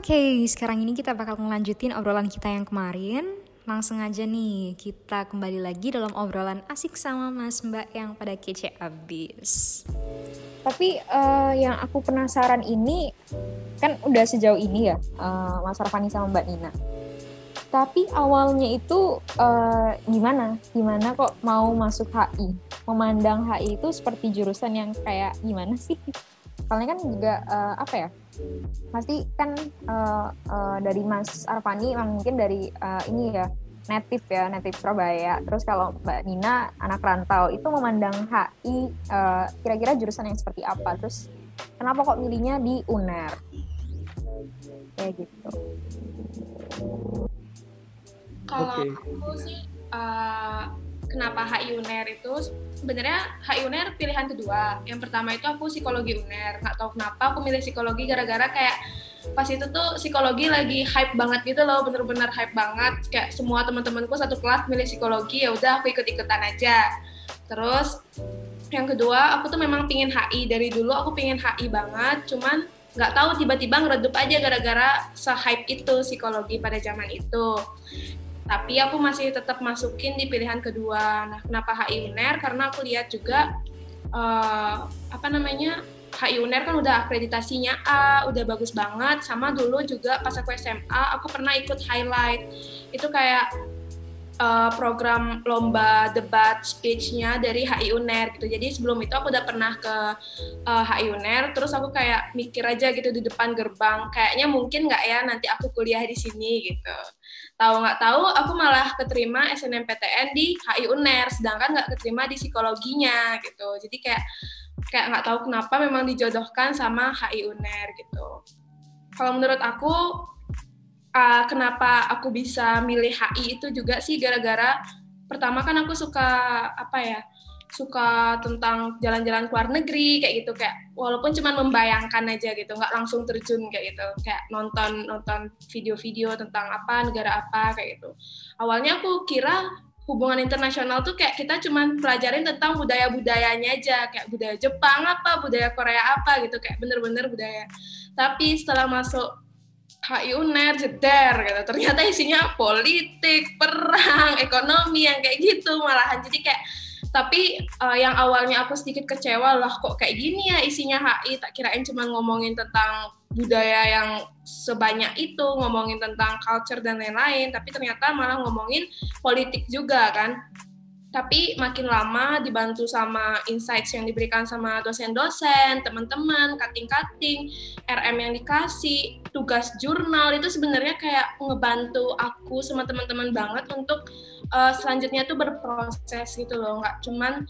Oke, sekarang ini kita bakal ngelanjutin obrolan kita yang kemarin. Langsung aja nih, kita kembali lagi dalam obrolan asik sama Mas Mbak yang pada kece abis. Tapi yang aku penasaran ini, kan udah sejauh ini ya, Mas Arfani sama Mbak Nina. Tapi awalnya itu gimana? Gimana kok mau masuk HI? Memandang HI itu seperti jurusan yang kayak gimana sih? Soalnya kan juga apa ya? Pasti kan dari Mas Arfani mungkin dari ini ya, native Surabaya. Terus kalau Mbak Nina anak rantau, itu memandang HI kira-kira jurusan yang seperti apa? Terus kenapa kok milihnya di UNER? Kayak gitu. Kalau aku sih kenapa HI UNER itu sebenarnya HI UNER pilihan kedua. Yang pertama itu aku psikologi UNER. Nggak tahu kenapa aku milih psikologi gara-gara kayak pas itu tuh psikologi lagi hype banget gitu loh, bener-bener hype banget. Kayak semua teman-temanku satu kelas milih psikologi, ya udah aku ikut-ikutan aja. Terus yang kedua aku tuh memang pingin HI dari dulu, aku pingin HI banget. Cuman nggak tahu tiba-tiba ngeredup aja gara-gara se-hype itu psikologi pada zaman itu. Tapi aku masih tetap masukin di pilihan kedua. Nah, kenapa HI UNER? Karena aku lihat juga HI UNER kan udah akreditasinya A, udah bagus banget. Sama dulu juga pas aku SMA, aku pernah ikut highlight. Itu kayak program lomba debat speech-nya dari HI UNER gitu. Jadi sebelum itu aku udah pernah ke HI UNER, terus aku kayak mikir aja gitu di depan gerbang, kayaknya mungkin nggak ya nanti aku kuliah di sini gitu. Tahu nggak tahu, aku malah keterima SNMPTN di HI UNER, sedangkan nggak keterima di psikologinya gitu. Jadi kayak nggak tahu kenapa memang dijodohkan sama HI UNER gitu. Kalau menurut aku, kenapa aku bisa milih HI itu juga sih gara-gara pertama kan aku suka tentang jalan-jalan ke luar negeri kayak gitu, kayak walaupun cuma membayangkan aja gitu, nggak langsung terjun kayak gitu, kayak nonton video-video tentang negara apa kayak gitu. Awalnya aku kira hubungan internasional tuh kayak kita cuma pelajarin tentang budaya-budayanya aja, kayak budaya Jepang apa, budaya Korea apa gitu, kayak bener-bener budaya. Tapi setelah masuk HI UNER jeder gitu, ternyata isinya politik, perang, ekonomi yang kayak gitu malahan. Jadi kayak tapi yang awalnya aku sedikit kecewa lah, kok kayak gini ya isinya HI, tak kirain cuma ngomongin tentang budaya yang sebanyak itu, ngomongin tentang culture dan lain-lain, tapi ternyata malah ngomongin politik juga kan. Tapi makin lama dibantu sama insights yang diberikan sama dosen-dosen, teman-teman, cutting-cutting, RM yang dikasih, tugas jurnal, itu sebenarnya kayak ngebantu aku sama teman-teman banget untuk selanjutnya tuh berproses gitu loh, nggak cuman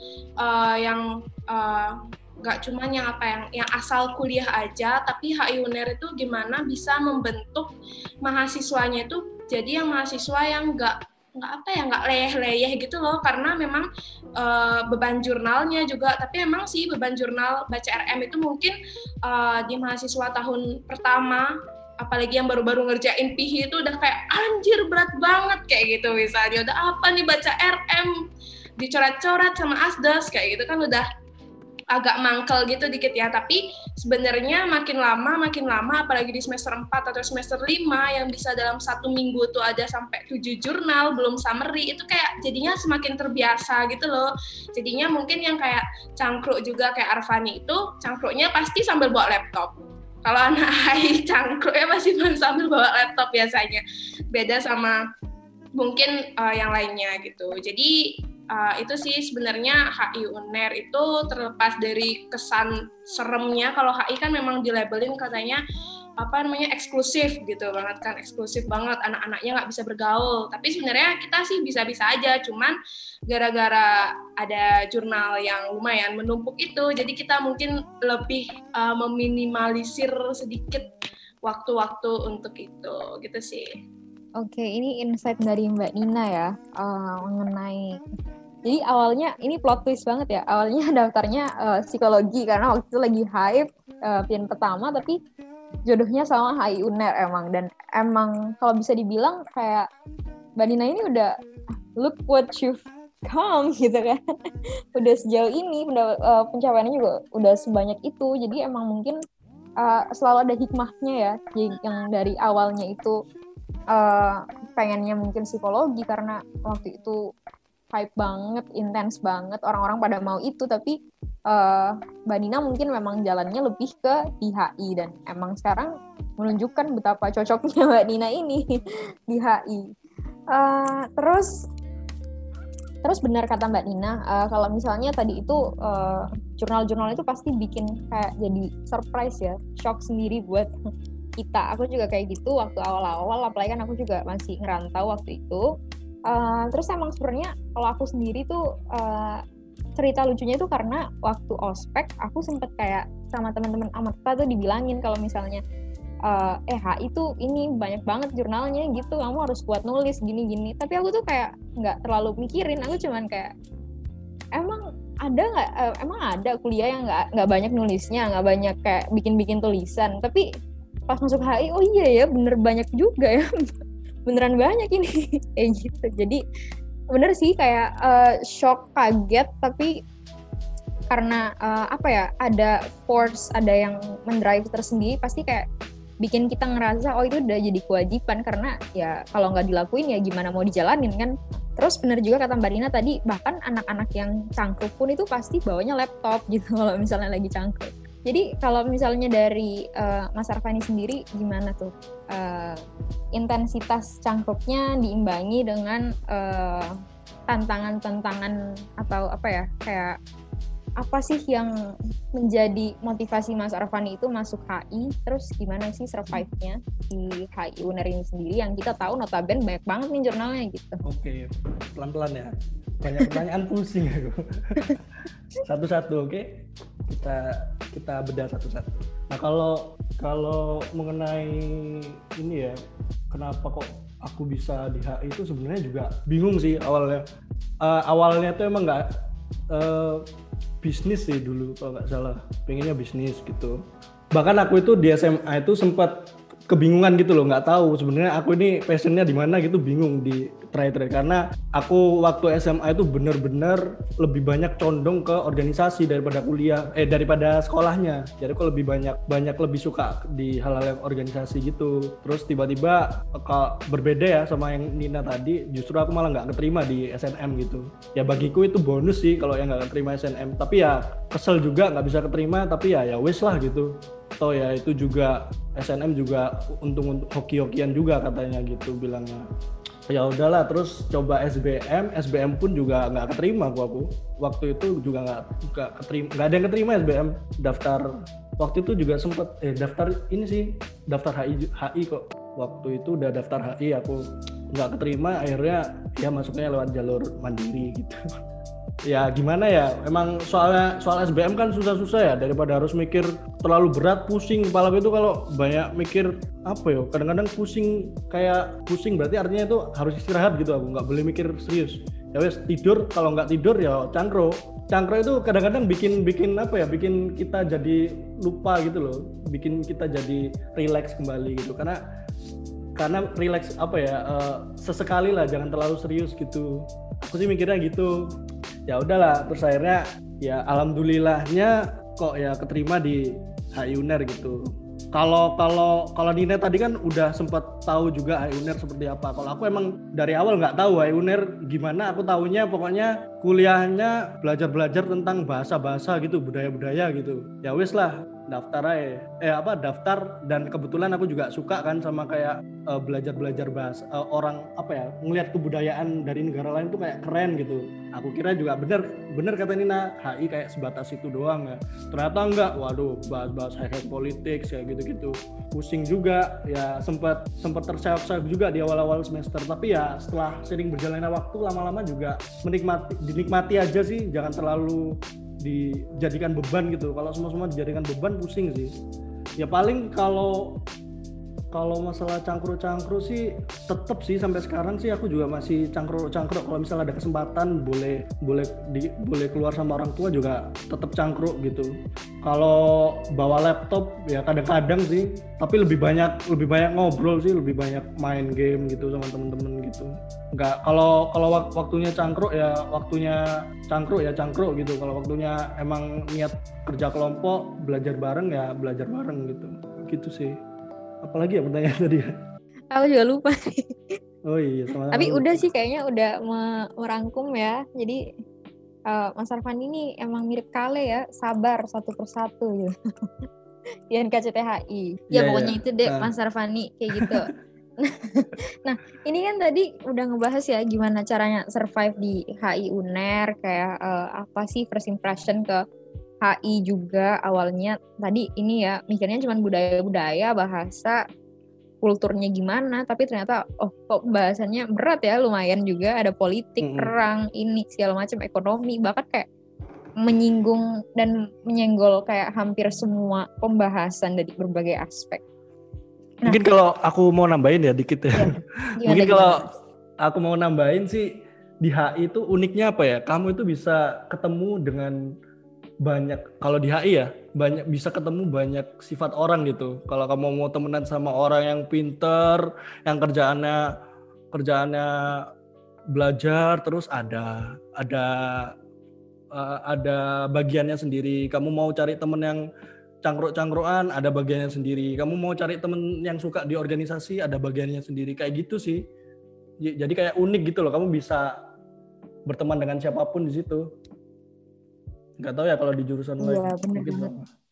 yang asal kuliah aja, tapi HI UNER itu gimana bisa membentuk mahasiswanya itu jadi yang mahasiswa yang nggak leyeh-leyeh gitu loh, karena memang beban jurnalnya juga, tapi memang sih beban jurnal baca RM itu mungkin di mahasiswa tahun pertama, apalagi yang baru-baru ngerjain PH itu udah kayak anjir berat banget kayak gitu, misalnya udah apa nih baca RM dicoret-coret sama asdos kayak gitu kan udah agak mangkel gitu dikit ya. Tapi sebenarnya makin lama apalagi di semester 4 atau semester 5 yang bisa dalam 1 minggu tuh ada sampai 7 jurnal belum summary, itu kayak jadinya semakin terbiasa gitu loh. Jadinya mungkin yang kayak cangkruk juga kayak Arfani itu cangkruknya pasti sambil bawa laptop. Kalau anak HI cangkruknya pasti sambil bawa laptop biasanya. Beda sama mungkin yang lainnya gitu. Jadi itu sih sebenarnya HI UNER itu, terlepas dari kesan seremnya, kalau HI kan memang dilabelin katanya eksklusif gitu banget kan, eksklusif banget, anak-anaknya nggak bisa bergaul. Tapi sebenarnya kita sih bisa-bisa aja, cuman gara-gara ada jurnal yang lumayan menumpuk itu, jadi kita mungkin lebih meminimalisir sedikit waktu-waktu untuk itu gitu sih. Oke, ini insight dari Mbak Nina ya, mengenai. Jadi awalnya ini plot twist banget ya. Awalnya daftarnya psikologi karena waktu itu lagi hype pilihan pertama, tapi jodohnya sama HI UNER emang. Dan emang kalau bisa dibilang kayak Mbak Nina ini udah look what you've come gitu kan. Udah sejauh ini, pencapaiannya juga udah sebanyak itu. Jadi emang mungkin selalu ada hikmahnya ya, yang dari awalnya itu pengennya mungkin psikologi karena waktu itu hype banget, intens banget, orang-orang pada mau itu, tapi Mbak Nina mungkin memang jalannya lebih ke di HI, dan emang sekarang menunjukkan betapa cocoknya Mbak Nina ini di HI. Terus benar kata Mbak Nina, kalau misalnya tadi itu jurnal-jurnal itu pasti bikin kayak jadi surprise ya, shock sendiri buat kita. Aku juga kayak gitu waktu awal-awal, apalagi kan aku juga masih ngerantau waktu itu. Terus emang sebenarnya kalau aku sendiri tuh cerita lucunya itu karena waktu ospek aku sempet kayak sama teman-teman Amarta tuh dibilangin kalau misalnya HI tuh ini banyak banget jurnalnya gitu, kamu harus kuat nulis gini-gini. Tapi aku tuh kayak nggak terlalu mikirin, aku cuman kayak emang ada kuliah yang nggak banyak nulisnya, nggak banyak kayak bikin-bikin tulisan. Tapi pas masuk HI, oh iya ya bener banyak juga ya, beneran banyak ini kayak gitu. Jadi bener sih kayak shock, kaget, tapi karena ada force, ada yang mendrive tersendiri, pasti kayak bikin kita ngerasa oh itu udah jadi kewajiban, karena ya kalau nggak dilakuin ya gimana mau dijalanin kan. Terus bener juga kata Mbak Rina tadi, bahkan anak-anak yang cangkruk pun itu pasti bawanya laptop gitu kalau misalnya lagi cangkruk. Jadi kalau misalnya dari Mas Arfani sendiri gimana tuh intensitas cangkruknya diimbangi dengan tantangan-tantangan atau kayak apa sih yang menjadi motivasi Mas Arfani itu masuk HI, terus gimana sih survive-nya di HI UNER ini sendiri yang kita tahu notabene banyak banget nih jurnalnya gitu. Oke, pelan-pelan ya. Banyak pertanyaan pusing aku. Satu-satu, oke? Kita bedah satu-satu. Nah, kalau mengenai ini ya, kenapa kok aku bisa di HI itu sebenarnya juga bingung sih awalnya. Awalnya tuh emang nggak bisnis sih dulu kalau nggak salah, pengennya bisnis gitu. Bahkan aku itu di SMA itu sempat kebingungan gitu loh, nggak tahu sebenarnya aku ini passionnya di mana gitu, bingung di terakhir karena aku waktu SMA itu benar-benar lebih banyak condong ke organisasi daripada daripada sekolahnya. Jadi aku lebih lebih suka di hal-hal yang organisasi gitu. Terus tiba-tiba berbeda ya sama yang Nina tadi, justru aku malah nggak keterima di SNM gitu. Ya bagiku itu bonus sih kalau yang nggak keterima SNM, tapi ya kesel juga nggak bisa keterima, tapi ya wis lah gitu. Toh ya itu juga SNM juga untung hoki-hokian juga katanya gitu bilangnya. Ya udahlah, terus coba SBM pun juga nggak keterima aku. Waktu itu juga nggak ada yang keterima SBM. Daftar waktu itu juga sempet daftar HI kok. Waktu itu udah daftar HI, aku nggak keterima, akhirnya ya masuknya lewat jalur mandiri gitu. Ya gimana ya, emang soal SBM kan susah-susah ya, daripada harus mikir terlalu berat, pusing kepala itu kalau banyak mikir kadang-kadang pusing berarti artinya itu harus istirahat gitu, aku nggak boleh mikir serius. Ya wes tidur, kalau nggak tidur ya cangkro itu kadang-kadang bikin kita jadi lupa gitu loh, bikin kita jadi relax kembali gitu, karena relax sesekali lah, jangan terlalu serius gitu. Aku sih mikirnya gitu. Ya udahlah, terus akhirnya ya alhamdulillahnya kok ya keterima di HI UNER gitu. Kalau Nina tadi kan udah sempat tahu juga HI UNER seperti apa. Kalau aku emang dari awal nggak tahu HI UNER gimana. Aku tahunya pokoknya kuliahnya belajar tentang bahasa-bahasa gitu, budaya-budaya gitu. Ya wis lah, daftar, dan kebetulan aku juga suka kan sama kayak belajar bahasa orang ngelihat kebudayaan dari negara lain tuh kayak keren gitu. Aku kira juga bener kata Nina, HI kayak sebatas itu doang ya. Ternyata enggak, waduh, bahas hal-hal politik kayak gitu-gitu. Pusing juga ya, sempat terseok-seok juga di awal-awal semester, tapi ya setelah sering berjalannya waktu lama-lama juga dinikmati aja sih, jangan terlalu dijadikan beban gitu. Kalau semua dijadikan beban pusing sih. Ya paling kalau Kalau masalah cangkruk-cangkruk sih tetap sih sampai sekarang sih aku juga masih cangkruk-cangkruk. Kalau misalnya ada kesempatan boleh keluar sama orang tua juga tetap cangkruk gitu. Kalau bawa laptop ya kadang-kadang sih, tapi lebih banyak ngobrol sih, lebih banyak main game gitu sama temen-temen gitu. Enggak, kalau waktunya cangkruk ya waktunya cangkruk gitu. Kalau waktunya emang niat kerja kelompok, belajar bareng ya belajar bareng gitu. Gitu sih. Apalagi ya pertanyaan tadi ya? Aku juga lupa nih. Oh iya, sama-sama. Tapi udah sih kayaknya udah merangkum ya. Jadi Mas Arfan ini emang mirip Kale ya, sabar satu persatu gitu. Di NKCTHI. Ya pokoknya itu deh Mas Arfani kayak gitu. Nah, ini kan tadi udah ngebahas ya gimana caranya survive di HI UNER, kayak apa sih first impression ke HI juga awalnya. Tadi ini ya mikirnya cuma budaya-budaya, bahasa, kulturnya gimana, tapi ternyata kok pembahasannya berat ya, lumayan juga, ada politik, perang, ini segala macam, ekonomi, bahkan kayak menyinggung dan menyenggol kayak hampir semua pembahasan dari berbagai aspek. Nah, mungkin kalau aku mau nambahin ya dikit ya. Mungkin kalau aku mau nambahin sih di HI itu uniknya apa ya? Kamu itu bisa ketemu dengan banyak, kalau di HI ya bisa ketemu banyak sifat orang gitu. Kalau kamu mau temenan sama orang yang pinter, yang kerjaannya belajar, terus ada bagiannya sendiri. Kamu mau cari temen yang cangkruk-cangkruan, ada bagiannya sendiri. Kamu mau cari temen yang suka di organisasi, ada bagiannya sendiri. Kayak gitu sih. Jadi kayak unik gitu loh. Kamu bisa berteman dengan siapapun di situ. Nggak tahu ya kalau di jurusan lain. Iya, benar.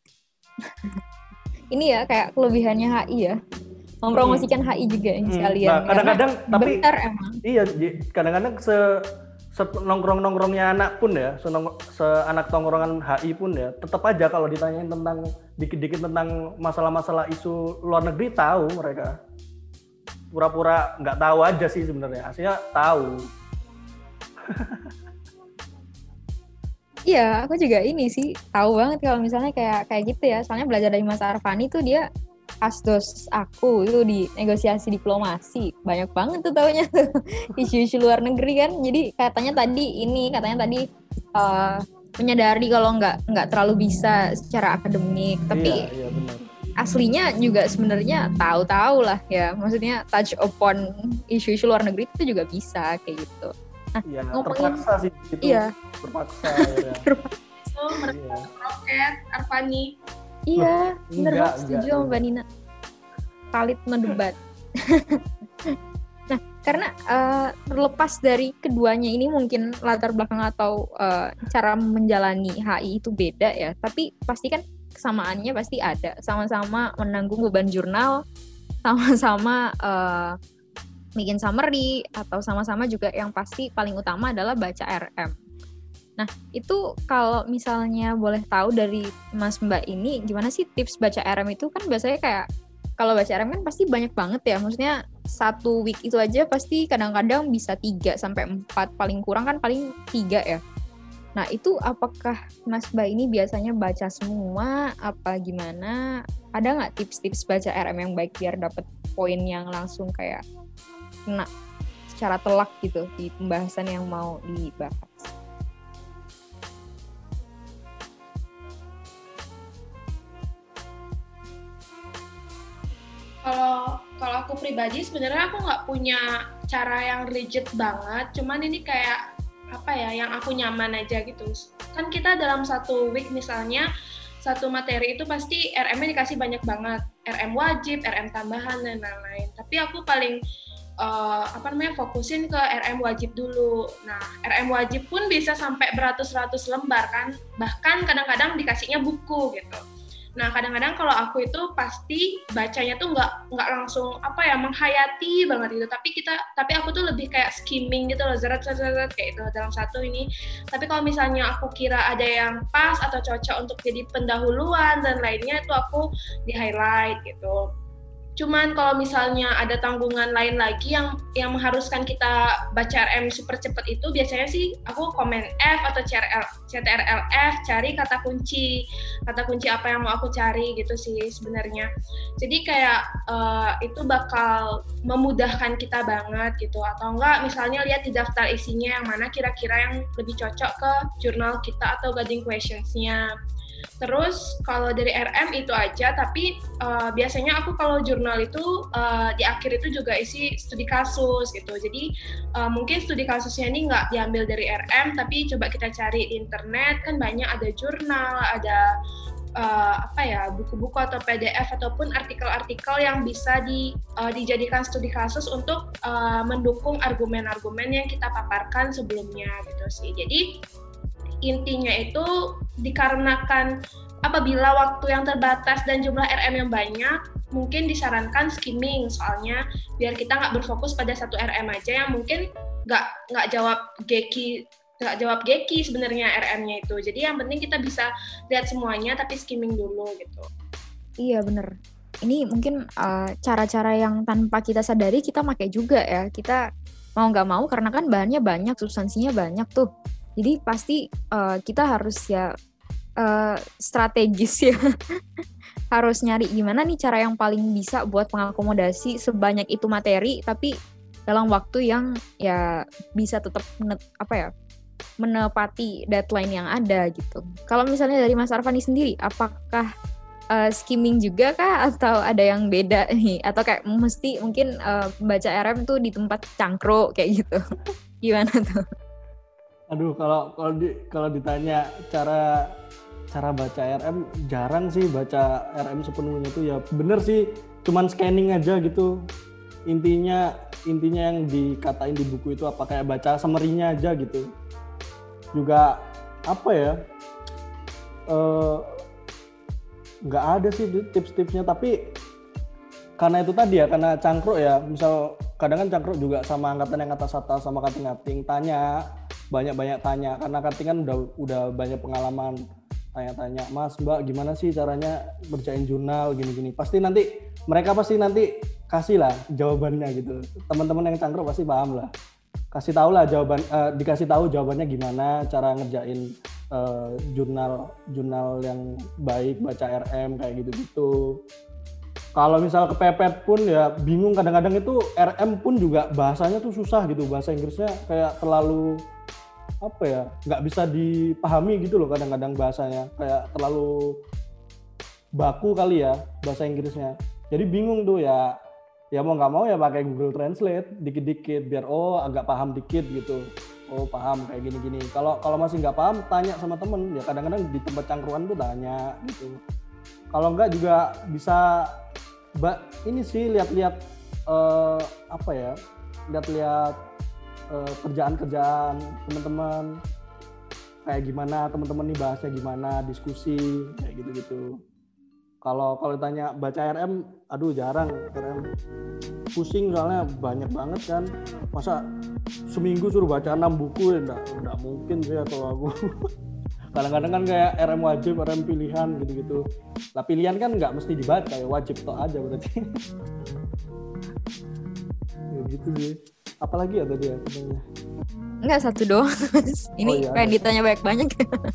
Ini ya kayak kelebihannya HI ya. Mempromosikan HI juga sekalian. Nah, kadang-kadang tapi bentar emang. Iya, kadang-kadang nongkrong-nongkrongnya anak pun ya, anak tongkrongan HI pun ya, tetap aja kalau ditanyain tentang dikit-dikit tentang masalah-masalah isu luar negeri tahu mereka. Pura-pura nggak tahu aja sih sebenarnya, aslinya tahu. Iya, aku juga ini sih tahu banget kalau misalnya kayak gitu ya. Soalnya belajar dari Mas Arfani tuh dia asdos aku itu di negosiasi diplomasi. Banyak banget tuh taunya tuh isu-isu luar negeri kan. Jadi katanya tadi menyadari kalau nggak terlalu bisa secara akademik, tapi iya, benar. Aslinya juga sebenarnya tahu-tahu lah ya. Maksudnya touch upon isu-isu luar negeri itu juga bisa kayak gitu. Nah, iya, terpaksa sih gitu. Iya. Terpaksa ya. So, mereka roket Arfani. Iya, bener, setuju sama Mbak Nina. Valid mendebat. Nah, karena terlepas dari keduanya ini mungkin latar belakang atau cara menjalani HI itu beda ya, tapi pasti kan kesamaannya pasti ada. Sama-sama menanggung beban jurnal, sama-sama bikin summary, atau sama-sama juga yang pasti paling utama adalah baca RM. Nah, itu kalau misalnya boleh tahu dari Mas Mbak ini, gimana sih tips baca RM itu? Kan biasanya kayak, kalau baca RM kan pasti banyak banget ya, maksudnya satu week itu aja pasti kadang-kadang bisa 3-4, paling kurang kan paling 3 ya. Nah, itu apakah Mas Mbak ini biasanya baca semua, apa gimana? Ada nggak tips-tips baca RM yang baik biar dapat poin yang langsung kayak kena secara telak gitu di pembahasan yang mau dibahas? Kalau aku pribadi sebenarnya aku nggak punya cara yang rigid banget, cuman ini kayak apa ya, yang aku nyaman aja gitu. Kan kita dalam satu week misalnya satu materi itu pasti RM-nya dikasih banyak banget, RM wajib, RM tambahan dan lain-lain. Tapi aku paling fokusin ke RM wajib dulu. Nah, RM wajib pun bisa sampai beratus-ratus lembar kan, bahkan kadang-kadang dikasihnya buku gitu. Nah, kadang-kadang kalau aku itu pasti bacanya tuh nggak langsung menghayati banget gitu, tapi aku tuh lebih kayak skimming gitu loh, zeret kayak itu dalam satu ini. Tapi kalau misalnya aku kira ada yang pas atau cocok untuk jadi pendahuluan dan lainnya, itu aku di highlight gitu. Cuman kalau misalnya ada tanggungan lain lagi yang mengharuskan kita baca RM super cepat itu, biasanya sih aku komen F atau CTRL-F, cari kata kunci apa yang mau aku cari gitu sih sebenarnya. Jadi kayak itu bakal memudahkan kita banget gitu. Atau enggak misalnya lihat di daftar isinya yang mana kira-kira yang lebih cocok ke jurnal kita atau guiding questions-nya. Terus kalau dari RM itu aja, tapi biasanya aku kalau jurnal itu di akhir itu juga isi studi kasus gitu. Jadi mungkin studi kasusnya ini nggak diambil dari RM, tapi coba kita cari di internet, kan banyak ada jurnal, ada buku-buku atau PDF ataupun artikel-artikel yang bisa dijadikan studi kasus untuk mendukung argumen-argumen yang kita paparkan sebelumnya gitu sih. Jadi intinya itu dikarenakan apabila waktu yang terbatas dan jumlah RM yang banyak, mungkin disarankan skimming, soalnya biar kita nggak berfokus pada satu RM aja yang mungkin nggak jawab geki sebenarnya RM-nya itu. Jadi yang penting kita bisa lihat semuanya tapi skimming dulu gitu. Iya bener. Ini mungkin cara-cara yang tanpa kita sadari kita pakai juga ya. Kita mau nggak mau karena kan bahannya banyak, substansinya banyak tuh. Jadi pasti kita harus ya strategis ya. Harus nyari gimana nih cara yang paling bisa buat mengakomodasi sebanyak itu materi tapi dalam waktu yang ya bisa tetap menepati deadline yang ada gitu. Kalau misalnya dari Mas Arfani sendiri, apakah skimming juga kah atau ada yang beda nih? Atau kayak mesti mungkin baca RM tuh di tempat cangkruk kayak gitu? Gimana tuh? Aduh, kalau ditanya cara baca RM, jarang sih baca RM sepenuhnya tuh ya. Bener sih, cuman scanning aja gitu. Intinya yang dikatain di buku itu apa, kayak baca summary-nya aja gitu. Juga apa ya? Nggak ada sih tips-tipsnya, tapi karena itu tadi ya, karena cangkruk ya. Misal kadang kan cangkruk juga sama angkatan yang atas sama kating-kating, tanya banyak tanya, karena kating kan udah banyak pengalaman, tanya-tanya, Mas, Mbak, gimana sih caranya ngerjain jurnal gini-gini. Mereka pasti nanti kasih lah jawabannya gitu. Teman-teman yang cangkruk pasti paham lah. Dikasih tahu jawabannya gimana cara ngerjain jurnal yang baik, baca RM kayak gitu-gitu. Kalau misal kepepet pun ya bingung, kadang-kadang itu RM pun juga bahasanya tuh susah gitu, bahasa Inggrisnya kayak terlalu nggak bisa dipahami gitu loh, kadang-kadang bahasanya kayak terlalu baku kali ya bahasa Inggrisnya. Jadi bingung tuh ya mau nggak mau ya pakai Google Translate dikit-dikit biar agak paham dikit gitu. Paham kayak gini-gini. Kalau masih nggak paham tanya sama temen ya, kadang-kadang di tempat cangkruan tuh tanya gitu. Kalau nggak juga bisa ini sih lihat-lihat lihat-lihat kerjaan teman-teman kayak gimana, teman-teman nih bahasnya gimana, diskusi kayak gitu-gitu. Kalau ditanya baca RM, aduh jarang. RM pusing soalnya banyak banget kan. Masa seminggu suruh baca 6 buku ya enggak mungkin sih atau aku. Kadang-kadang kan kayak RM wajib, RM pilihan gitu-gitu. Lah pilihan kan nggak mesti dibaca ya, wajib toh aja berarti. Ya gitu sih. Apalagi ya tadi ya sebenarnya? Enggak, satu doang. Ini pengen ditanya banyak-banyak.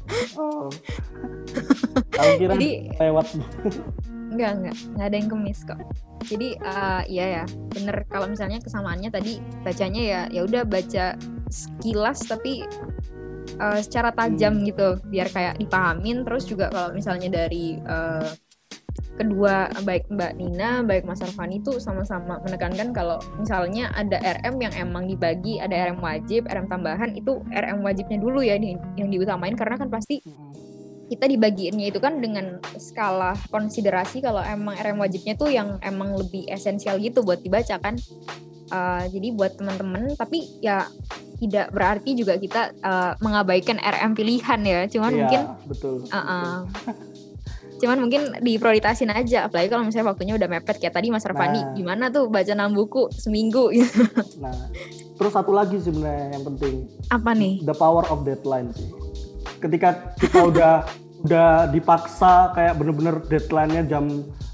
Kalau kira lewat. Enggak ada yang kemis kok. Jadi iya ya, bener kalau misalnya kesamaannya tadi bacanya ya udah baca sekilas tapi secara tajam gitu biar kayak dipahamin. Terus juga kalau misalnya dari kedua, baik Mbak Nina, baik Mas Arfani itu sama-sama menekankan kalau misalnya ada RM yang emang dibagi, ada RM wajib, RM tambahan, itu RM wajibnya dulu ya yang diutamain, karena kan pasti kita dibagiinnya itu kan dengan skala konsiderasi kalau emang RM wajibnya tuh yang emang lebih esensial gitu buat dibaca kan. Jadi buat teman-teman, tapi ya tidak berarti juga kita mengabaikan RM pilihan ya, cuman mungkin betul. Cuman mungkin diprioritasin aja, apalagi kalau misalnya waktunya udah mepet kayak tadi Mas Arfani, gimana tuh baca 6 buku seminggu gitu. Nah, terus satu lagi sebenarnya yang penting. Apa nih? The power of deadline sih. Ketika kita udah dipaksa kayak bener-bener deadline-nya jam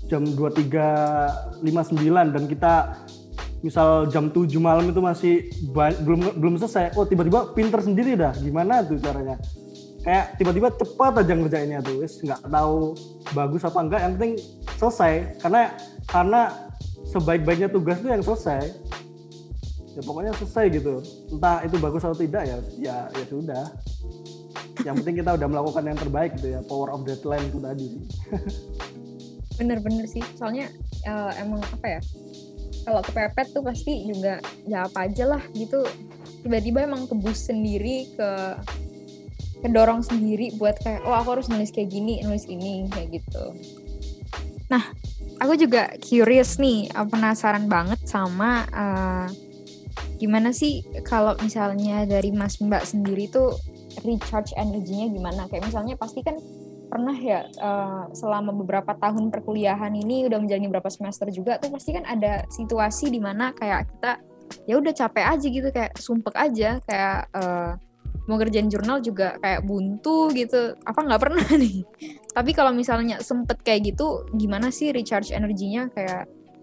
jam 23.59 dan kita misal jam 7 malam itu masih belum selesai. Oh, tiba-tiba pinter sendiri dah. Gimana tuh caranya? Kayak tiba-tiba cepat aja ngerjainnya tuh. Wis nggak tahu bagus apa enggak, yang penting selesai. Karena sebaik-baiknya tugas tuh yang selesai. Ya pokoknya selesai gitu. Entah itu bagus atau tidak ya sudah. Yang penting kita udah melakukan yang terbaik gitu ya. Power of deadline itu tadi sih. Bener-bener sih. Soalnya emang apa ya? Kalau kepepet tuh pasti juga ya apa aja lah gitu. Tiba-tiba emang kebus sendiri, kedorong sendiri buat kayak aku harus nulis kayak gini, nulis ini kayak gitu. Nah, aku juga curious nih, penasaran banget sama gimana sih kalau misalnya dari Mas Mbak sendiri tuh recharge energinya gimana? Kayak misalnya pasti kan pernah ya selama beberapa tahun perkuliahan ini udah menjalani beberapa semester juga tuh pasti kan ada situasi di mana kayak kita ya udah capek aja gitu, kayak sumpek aja, kayak mau kerjain jurnal juga kayak buntu gitu. Apa nggak pernah nih? Tapi kalau misalnya sempet kayak gitu, gimana sih recharge energinya, kayak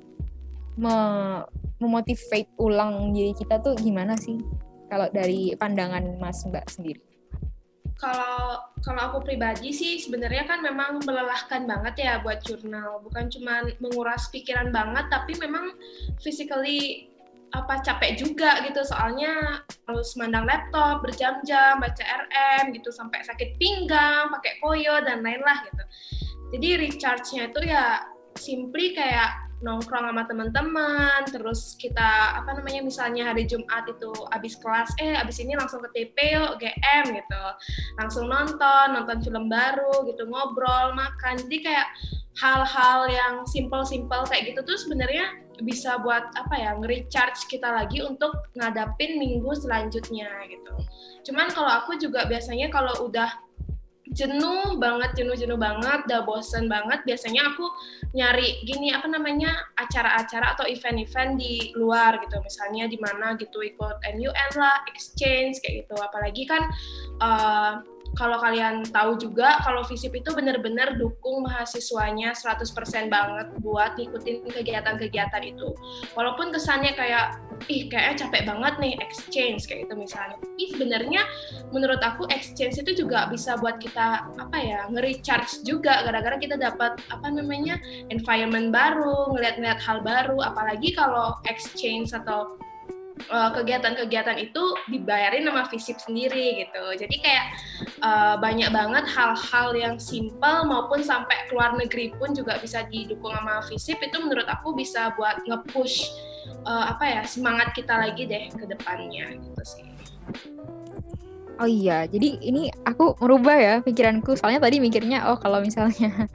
memotivate ulang diri kita tuh gimana sih? Kalau dari pandangan Mas Mbak sendiri? Kalau aku pribadi sih sebenarnya kan memang melelahkan banget ya buat jurnal. Bukan cuma menguras pikiran banget, tapi memang physically capek juga gitu, soalnya harus mandang laptop berjam-jam, baca RM gitu sampai sakit pinggang, pakai koyo dan lain-lah gitu. Jadi recharge-nya itu ya simply kayak nongkrong sama teman-teman, terus kita misalnya hari Jumat itu abis kelas abis ini langsung ke TP yuk GM gitu, langsung nonton film baru gitu, ngobrol, makan. Jadi kayak hal-hal yang simple-simple kayak gitu tuh sebenarnya bisa buat nge-recharge kita lagi untuk ngadapin minggu selanjutnya gitu. Cuman kalau aku juga biasanya kalau udah jenuh banget, udah bosen banget, biasanya aku nyari acara-acara atau event-event di luar gitu, misalnya di mana gitu, ikut NUN lah, exchange kayak gitu. Apalagi kan kalau kalian tahu juga kalau FISIP itu benar-benar dukung mahasiswanya 100% banget buat ngikutin kegiatan-kegiatan itu. Walaupun kesannya kayak kayaknya capek banget nih exchange kayak gitu misalnya. Tapi sebenarnya menurut aku exchange itu juga bisa buat kita nge-recharge juga, gara-gara kita dapat environment baru, ngeliat-ngeliat hal baru. Apalagi kalau exchange atau kegiatan-kegiatan itu dibayarin sama FISIP sendiri gitu. Jadi kayak banyak banget hal-hal yang simple maupun sampai ke luar negeri pun juga bisa didukung sama FISIP. Itu menurut aku bisa buat nge-push semangat kita lagi deh ke depannya gitu sih. Oh iya, jadi ini aku merubah ya pikiranku. Soalnya tadi mikirnya kalau misalnya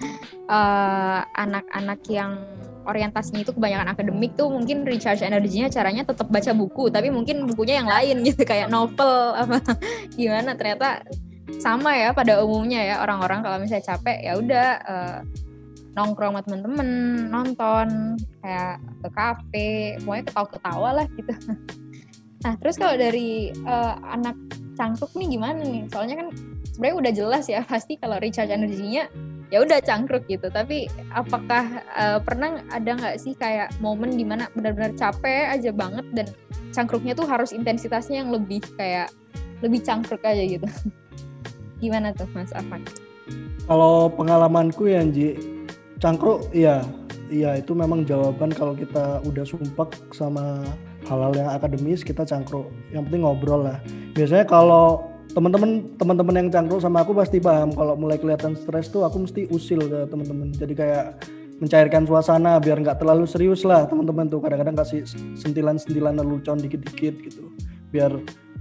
anak-anak yang orientasinya itu kebanyakan akademik tuh mungkin recharge energinya caranya tetap baca buku, tapi mungkin bukunya yang lain gitu, kayak novel gimana. Ternyata sama ya pada umumnya ya, orang-orang kalau misalnya capek ya udah nongkrong sama temen-temen, nonton kayak ke kafe, pokoknya ketawa-ketawa lah gitu. Nah terus kalau dari anak cangkruk nih gimana nih? Soalnya kan sebenarnya udah jelas ya pasti kalau recharge energinya ya udah cangkruk gitu. Tapi apakah pernah ada nggak sih kayak momen dimana benar-benar capek aja banget dan cangkruknya tuh harus intensitasnya yang lebih cangkruk aja gitu? Gimana tuh Mas Afan? Kalau pengalamanku ya Nji, cangkruk iya itu memang jawaban. Kalau kita udah sumpek sama hal-hal yang akademis kita cangkruk. Yang penting ngobrol lah. Biasanya kalau teman-teman yang cangkruk sama aku pasti paham kalau mulai kelihatan stres tuh aku mesti usil ke teman-teman. Jadi kayak mencairkan suasana biar nggak terlalu serius lah teman-teman tuh. Kadang-kadang kasih sentilan-sentilan lelucon dikit-dikit gitu. Biar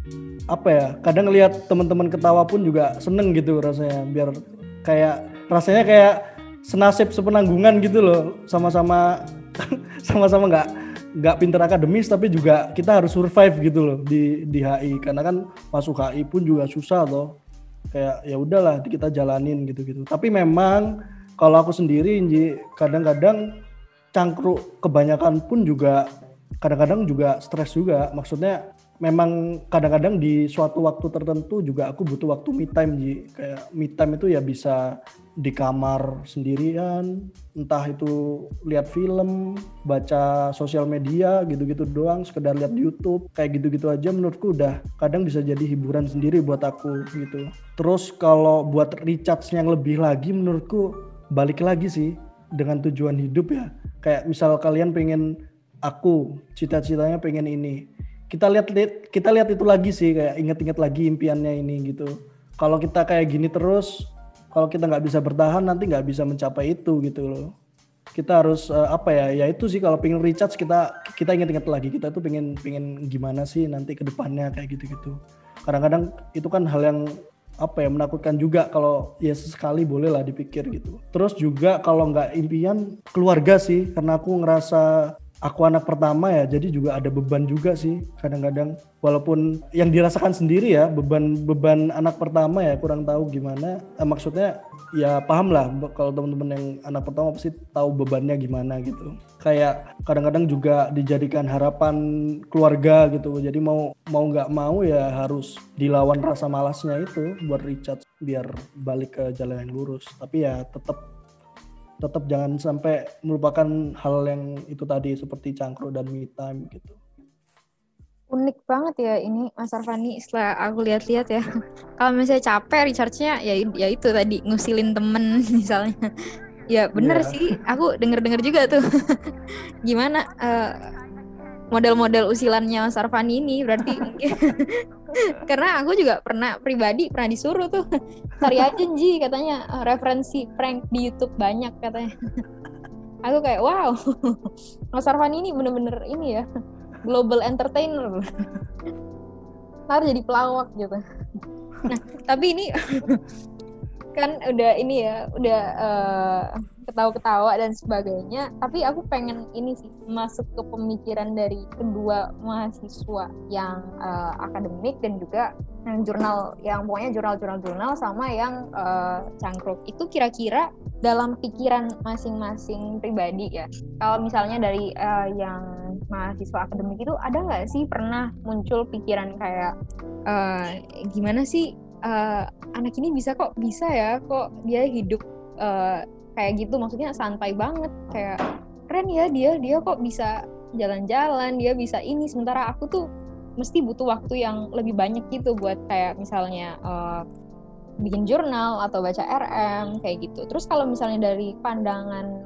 kadang ngelihat teman-teman ketawa pun juga seneng gitu rasanya. Biar rasanya kayak senasib sepenanggungan gitu loh. Sama-sama nggak pinter akademis tapi juga kita harus survive gitu loh di HI, karena kan masuk HI pun juga susah loh, kayak ya udahlah kita jalanin gitu. Tapi memang kalau aku sendiri Nji, kadang-kadang cangkruk kebanyakan pun juga kadang-kadang juga stres juga. Maksudnya memang kadang-kadang di suatu waktu tertentu juga aku butuh waktu me time Nji. Kayak me time itu ya bisa di kamar sendirian, entah itu lihat film, baca sosial media gitu-gitu doang, sekedar lihat YouTube, kayak gitu-gitu aja menurutku udah kadang bisa jadi hiburan sendiri buat aku gitu. Terus kalau buat recharge yang lebih lagi menurutku balik lagi sih dengan tujuan hidup ya. Kayak misal kalian pengen, aku cita-citanya pengen ini, kita lihat itu lagi sih, kayak inget-inget lagi impiannya ini gitu. Kalau kita kayak gini terus, kalau kita nggak bisa bertahan nanti nggak bisa mencapai itu gitu loh. Kita harus ya itu sih, kalau pengen recharge kita ingat-ingat lagi kita tuh pengen gimana sih nanti ke depannya kayak gitu-gitu. Kadang-kadang itu kan hal yang menakutkan juga, kalau ya sesekali boleh lah dipikir gitu. Terus juga kalau nggak impian, keluarga sih, karena aku ngerasa aku anak pertama ya, jadi juga ada beban juga sih kadang-kadang, walaupun yang dirasakan sendiri ya, beban anak pertama ya kurang tahu gimana, maksudnya ya paham lah kalau teman-teman yang anak pertama pasti tahu bebannya gimana gitu. Kayak kadang-kadang juga dijadikan harapan keluarga gitu, jadi mau nggak mau ya harus dilawan rasa malasnya itu buat recharge biar balik ke jalan yang lurus. Tapi ya tetap jangan sampai melupakan hal yang itu tadi, seperti cangkruk dan me time gitu. Unik banget ya ini Mas Arfani, setelah aku lihat-lihat ya. Kalau misalnya capek recharge-nya ya itu tadi ngusilin temen misalnya. Ya bener sih, aku denger-denger juga tuh. Gimana model-model usilannya Mas Arfani ini berarti. Karena aku juga pernah disuruh tuh, cari aja Ji katanya referensi prank di YouTube banyak katanya. Aku kayak wow, Mas Arfani ini bener-bener ini ya, global entertainer. Harus jadi pelawak gitu. Nah tapi ini kan udah ini ya, udah ketawa-ketawa dan sebagainya, tapi aku pengen ini sih masuk ke pemikiran dari kedua mahasiswa yang akademik dan juga yang jurnal, yang pokoknya jurnal sama yang cangkruk. Itu kira-kira dalam pikiran masing-masing pribadi ya, kalau misalnya dari yang mahasiswa akademik itu ada nggak sih pernah muncul pikiran kayak gimana sih anak ini bisa ya kok dia hidup kayak gitu, maksudnya santai banget, kayak keren ya dia kok bisa jalan-jalan, dia bisa ini, sementara aku tuh mesti butuh waktu yang lebih banyak gitu buat kayak misalnya bikin jurnal atau baca RM kayak gitu. Terus kalau misalnya dari pandangan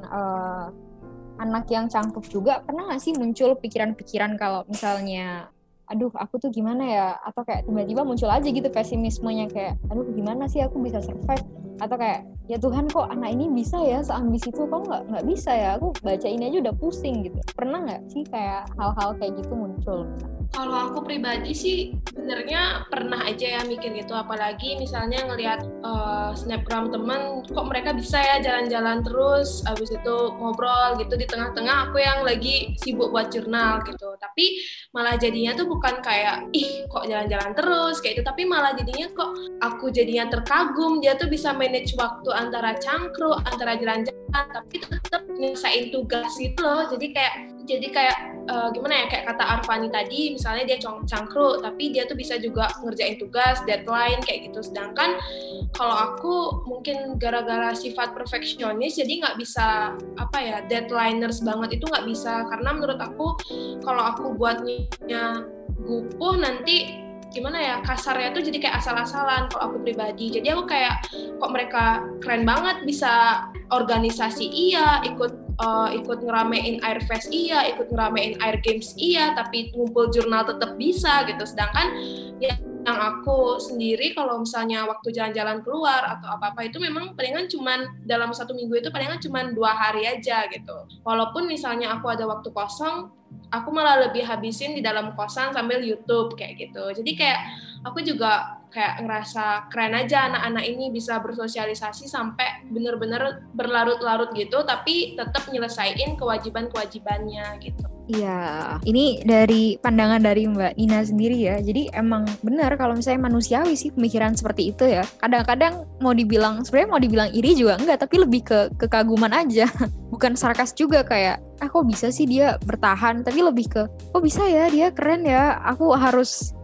anak yang cangkruk juga, pernah nggak sih muncul pikiran-pikiran kalau misalnya aduh aku tuh gimana ya, atau kayak tiba-tiba muncul aja gitu pesimismenya kayak aduh gimana sih aku bisa survive, atau kayak ya Tuhan kok anak ini bisa ya seambis itu, kok nggak bisa ya, aku baca ini aja udah pusing gitu. Pernah nggak sih kayak hal-hal kayak gitu muncul? Kalau aku pribadi sih sebenarnya pernah aja ya mikir gitu, apalagi misalnya ngelihat snapgram teman, kok mereka bisa ya jalan-jalan terus, abis itu ngobrol gitu di tengah-tengah aku yang lagi sibuk buat jurnal gitu. Tapi malah jadinya tuh bukan kayak ih kok jalan-jalan terus kayak itu, tapi malah jadinya kok aku jadinya terkagum dia tuh bisa manage waktu antara cangkruk, antara jalan-jalan, tapi tetap nyelesain tugas gitu loh. Jadi kayak gimana ya, kayak kata Arfani tadi, misalnya dia cangkruk tapi dia tuh bisa juga ngerjain tugas, deadline kayak gitu. Sedangkan kalau aku mungkin gara-gara sifat perfeksionis jadi nggak bisa deadliners banget, itu nggak bisa, karena menurut aku kalau aku buatnya gupuh nanti gimana ya, kasarnya tuh jadi kayak asal-asalan kalau aku pribadi. Jadi aku kayak kok mereka keren banget bisa organisasi iya, ikut ngeramein Air Fest iya, ikut ngeramein Air Games iya, tapi ngumpul jurnal tetap bisa gitu. Sedangkan yang aku sendiri kalau misalnya waktu jalan-jalan keluar atau apa-apa itu memang palingan cuman dalam 1 minggu itu palingan cuman 2 hari aja gitu. Walaupun misalnya aku ada waktu kosong, aku malah lebih habisin di dalam kosan sambil YouTube kayak gitu. Jadi kayak aku juga kayak ngerasa keren aja anak-anak ini bisa bersosialisasi sampai bener-bener berlarut-larut gitu, tapi tetap nyelesain kewajiban-kewajibannya gitu. Iya, ini dari pandangan dari Mbak Nina sendiri ya. Jadi emang benar kalau misalnya manusiawi sih pemikiran seperti itu ya. Kadang-kadang sebenarnya mau dibilang iri juga enggak, tapi lebih ke kekaguman aja. Bukan sarkas juga kayak, kok bisa sih dia bertahan, tapi lebih ke, kok bisa ya dia keren ya, aku harus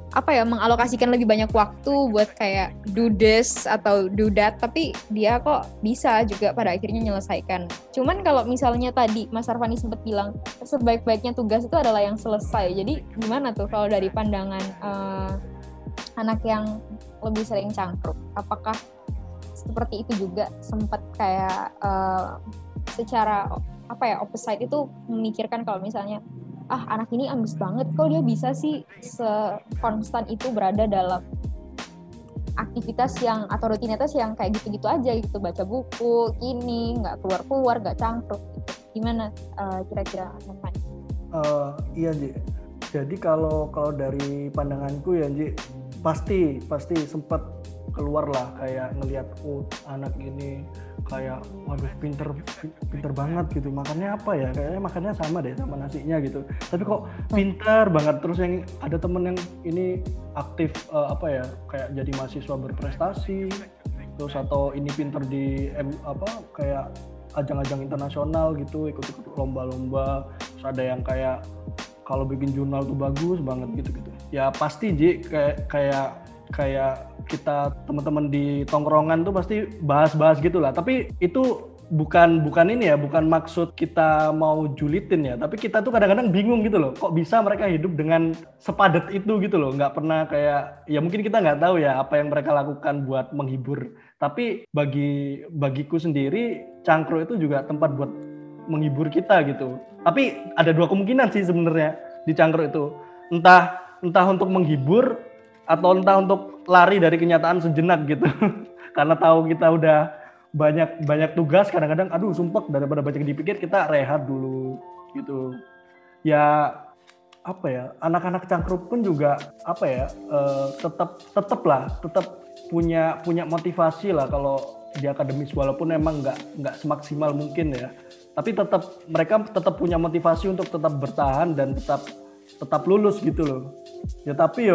mengalokasikan lebih banyak waktu buat kayak do this atau do that, tapi dia kok bisa juga pada akhirnya menyelesaikan. Cuman kalau misalnya tadi Mas Arfani sempat bilang sebaik-baiknya tugas itu adalah yang selesai. Jadi gimana tuh kalau dari pandangan anak yang lebih sering cangkruk? Apakah seperti itu juga sempat kayak secara opposite itu memikirkan kalau misalnya anak ini ambis banget, kok dia bisa sih sekonstan itu berada dalam aktivitas yang atau rutinitas yang kayak gitu-gitu aja gitu, baca buku, ini nggak keluar-keluar, nggak cangkruk gitu. Gimana kira-kira Mas? Iya Ji, jadi kalau dari pandanganku ya Ji, pasti sempat keluar lah kayak ngelihat anak ini kayak waduh pinter banget gitu, makannya apa ya, kayaknya makannya sama deh sama nasinya gitu, tapi kok pinter banget. Terus yang ada temen yang ini aktif kayak jadi mahasiswa berprestasi, terus atau ini pinter di kayak ajang-ajang internasional gitu, ikut lomba-lomba. Terus ada yang kayak kalau bikin jurnal tuh bagus banget gitu. Ya pasti Ji, kayak kita teman-teman di tongkrongan tuh pasti bahas-bahas gitulah. Tapi itu bukan ini ya, bukan maksud kita mau julitin ya, tapi kita tuh kadang-kadang bingung gitu loh, kok bisa mereka hidup dengan sepadat itu gitu loh. Nggak pernah kayak, ya mungkin kita nggak tahu ya apa yang mereka lakukan buat menghibur, tapi bagiku sendiri cangkruk itu juga tempat buat menghibur kita gitu. Tapi ada dua kemungkinan sih sebenarnya di cangkruk itu, entah untuk menghibur atau entah untuk lari dari kenyataan sejenak gitu. Karena tahu kita udah banyak tugas, kadang-kadang sumpek, daripada banyak dipikir kita rehat dulu gitu. Ya anak-anak cangkruk pun juga tetap punya motivasi lah kalau di akademis, walaupun emang nggak semaksimal mungkin ya. Tapi mereka tetap punya motivasi untuk tetap bertahan dan tetap lulus gitu loh. Ya tapi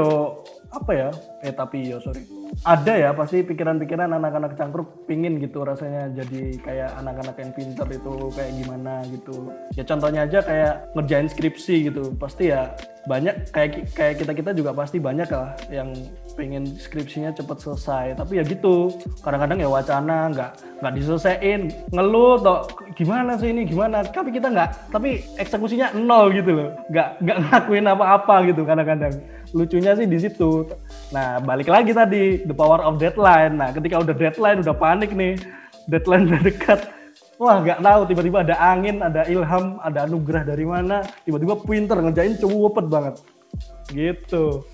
ada ya pasti pikiran-pikiran anak-anak cangkruk pingin gitu rasanya jadi kayak anak-anak yang pinter itu kayak gimana gitu. Ya contohnya aja kayak ngerjain skripsi gitu, pasti ya banyak kayak kita juga pasti banyak lah yang pengen skripsinya cepet selesai, tapi ya gitu kadang-kadang ya wacana nggak diselesain, ngeluh toh gimana sih ini gimana, tapi eksekusinya nol gitu loh, nggak ngakuin apa-apa gitu kadang-kadang. Lucunya sih di situ. Nah balik lagi tadi the power of deadline. Nah ketika udah deadline, udah panik nih, deadline udah dekat, wah nggak tahu tiba-tiba ada angin, ada ilham, ada anugerah dari mana, tiba-tiba pinter ngerjain cepet banget gitu.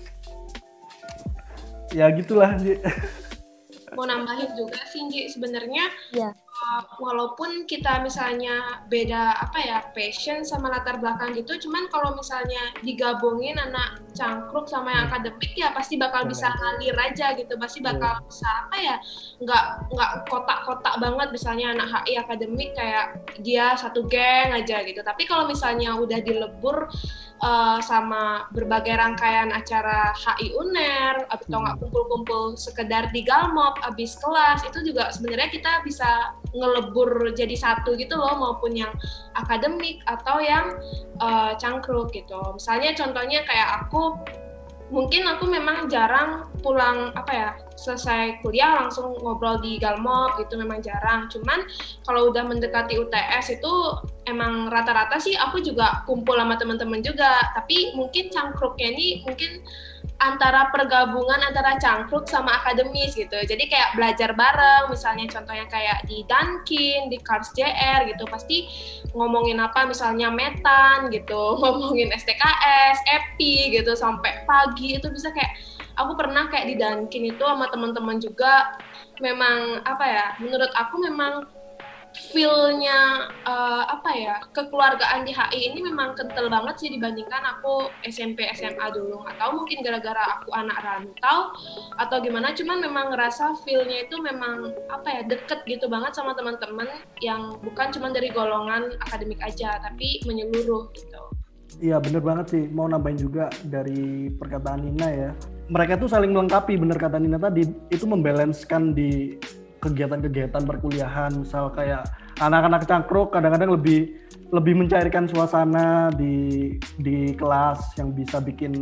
Ya gitulah Ji. Mau nambahin juga sih Ji, sebenarnya ya. Walaupun kita misalnya beda passion sama latar belakang gitu, cuman kalau misalnya digabungin anak cangkruk sama yang akademik ya pasti bakal bisa ngalir aja gitu, pasti bakal bisa nggak kotak-kotak banget. Misalnya anak HI akademik kayak dia satu geng aja gitu, tapi kalau misalnya udah dilebur sama berbagai rangkaian acara HI UNER atau nggak kumpul-kumpul sekedar di Galmop abis kelas, itu juga sebenarnya kita bisa ngelebur jadi satu gitu loh, maupun yang akademik atau yang cangkruk gitu. Misalnya contohnya kayak aku memang jarang pulang selesai kuliah langsung ngobrol di Galmop gitu, memang jarang. Cuman kalau udah mendekati UTS itu emang rata-rata sih aku juga kumpul sama teman-teman juga, tapi mungkin cangkruknya ini mungkin antara pergabungan antara cangkruk sama akademis gitu. Jadi kayak belajar bareng, misalnya contohnya kayak di Dunkin, di Cars JR gitu, pasti ngomongin misalnya metan gitu, ngomongin STKS, EPI gitu sampai pagi. Itu bisa kayak aku pernah kayak di Dunkin itu sama teman-teman juga, memang menurut aku memang feel-nya kekeluargaan di HI ini memang kental banget sih dibandingkan aku SMP SMA dulu. Nggak tahu mungkin gara-gara aku anak rantau atau gimana, cuman memang ngerasa feel-nya itu memang deket gitu banget sama teman-teman yang bukan cuma dari golongan akademik aja tapi menyeluruh gitu. Iya bener banget sih, mau nambahin juga dari perkataan Nina ya, mereka tuh saling melengkapi, bener kata Nina tadi, itu membalanskan di kegiatan-kegiatan perkuliahan. Misal kayak anak-anak cangkruk kadang-kadang lebih mencairkan suasana di kelas yang bisa bikin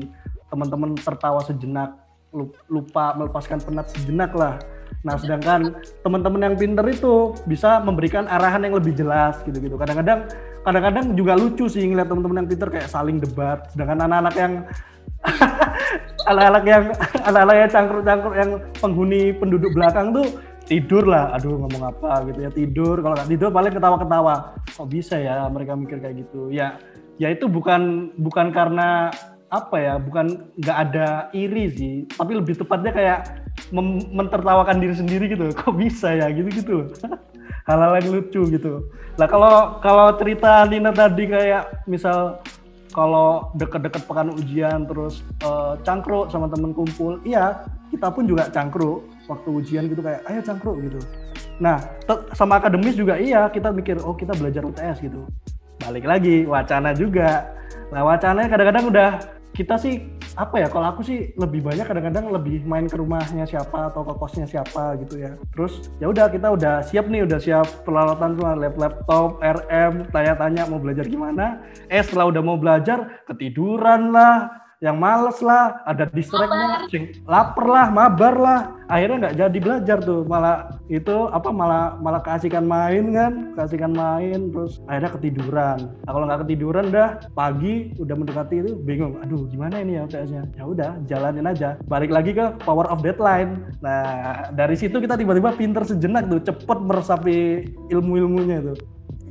teman-teman tertawa sejenak, lupa melepaskan penat sejenak lah. Nah, sedangkan teman-teman yang pinter itu bisa memberikan arahan yang lebih jelas gitu-gitu. Kadang-kadang juga lucu sih ngeliat teman-teman yang pinter kayak saling debat, sedangkan anak-anak yang anak-anak yang cangkruk-cangkruk yang penghuni penduduk belakang tuh tidur lah, aduh ngomong apa gitu ya, tidur, kalau nggak tidur paling ketawa-ketawa. Kok bisa ya mereka mikir kayak gitu ya itu bukan karena apa ya, bukan nggak ada iri sih, tapi lebih tepatnya kayak mentertawakan diri sendiri gitu. Kok bisa ya gitu hal-hal yang lucu gitu. Nah kalau cerita Nina tadi kayak misal kalau deket-deket pekan ujian terus cangkruk sama temen kumpul, iya kita pun juga cangkruk waktu ujian gitu, kayak ayo cangkruk gitu. Nah sama akademis juga iya, kita mikir oh kita belajar UTS gitu, balik lagi wacana juga. Nah wacananya kadang-kadang udah kita sih apa ya, kalau aku sih lebih banyak kadang-kadang lebih main ke rumahnya siapa atau ke kosnya siapa gitu ya. Terus ya udah kita udah siap peralatan semua, laptop, RM, tanya-tanya mau belajar gimana. Setelah udah mau belajar ketiduran lah, yang males lah, ada distract-nya, lapar lah, mabar lah. Akhirnya nggak jadi belajar tuh, malah keasikan main terus akhirnya ketiduran. Nah kalau nggak ketiduran udah pagi udah mendekati itu bingung, aduh gimana ini ya UTS-nya. Ya udah jalanin aja, balik lagi ke power of deadline. Nah dari situ kita tiba-tiba pinter sejenak tuh, cepet meresapi ilmu-ilmunya itu.